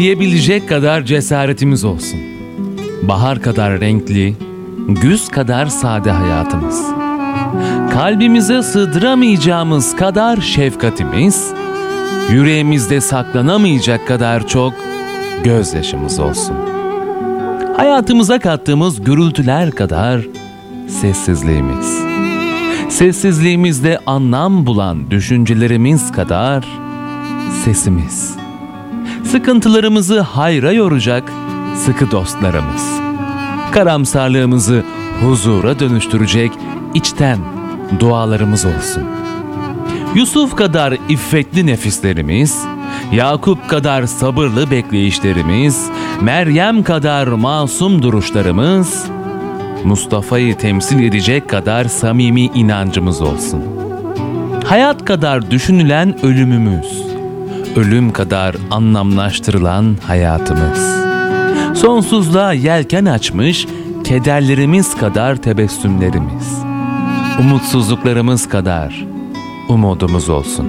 diyebilecek kadar cesaretimiz olsun. Bahar kadar renkli, güz kadar sade hayatımız. Kalbimize sığdıramayacağımız kadar şefkatimiz, yüreğimizde saklanamayacak kadar çok gözyaşımız olsun. Hayatımıza kattığımız gürültüler kadar sessizliğimiz. Sessizliğimizde anlam bulan düşüncelerimiz kadar sesimiz. Sıkıntılarımızı hayra yoracak sıkı dostlarımız. Karamsarlığımızı huzura dönüştürecek içten dualarımız olsun. Yusuf kadar iffetli nefislerimiz, Yakup kadar sabırlı bekleyişlerimiz, Meryem kadar masum duruşlarımız, Mustafa'yı temsil edecek kadar samimi inancımız olsun. Hayat kadar düşünülen ölümümüz, ölüm kadar anlamlaştırılan hayatımız. Sonsuzluğa yelken açmış kederlerimiz kadar tebessümlerimiz. Umutsuzluklarımız kadar umudumuz olsun.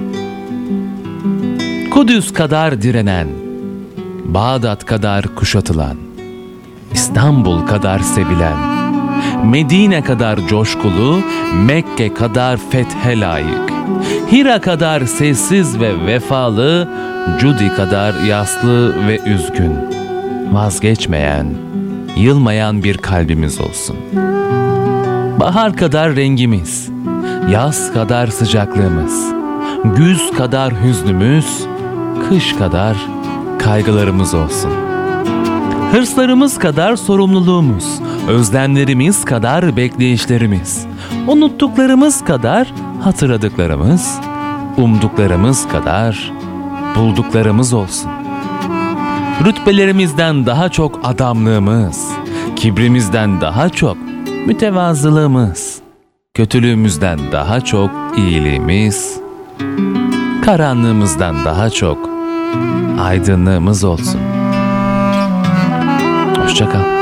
Kudüs kadar direnen, Bağdat kadar kuşatılan, İstanbul kadar sevilen, Medine kadar coşkulu, Mekke kadar fethe layık, Hira kadar sessiz ve vefalı, Cudi kadar yaslı ve üzgün, vazgeçmeyen, yılmayan bir kalbimiz olsun. Bahar kadar rengimiz, yaz kadar sıcaklığımız, güz kadar hüznümüz, kış kadar kaygılarımız olsun. Hırslarımız kadar sorumluluğumuz, özlemlerimiz kadar bekleyişlerimiz, unuttuklarımız kadar hatırladıklarımız, umduklarımız kadar bulduklarımız olsun. Rütbelerimizden daha çok adamlığımız, kibrimizden daha çok mütevazılığımız, kötülüğümüzden daha çok iyiliğimiz, karanlığımızdan daha çok aydınlığımız olsun. Hoşça kal.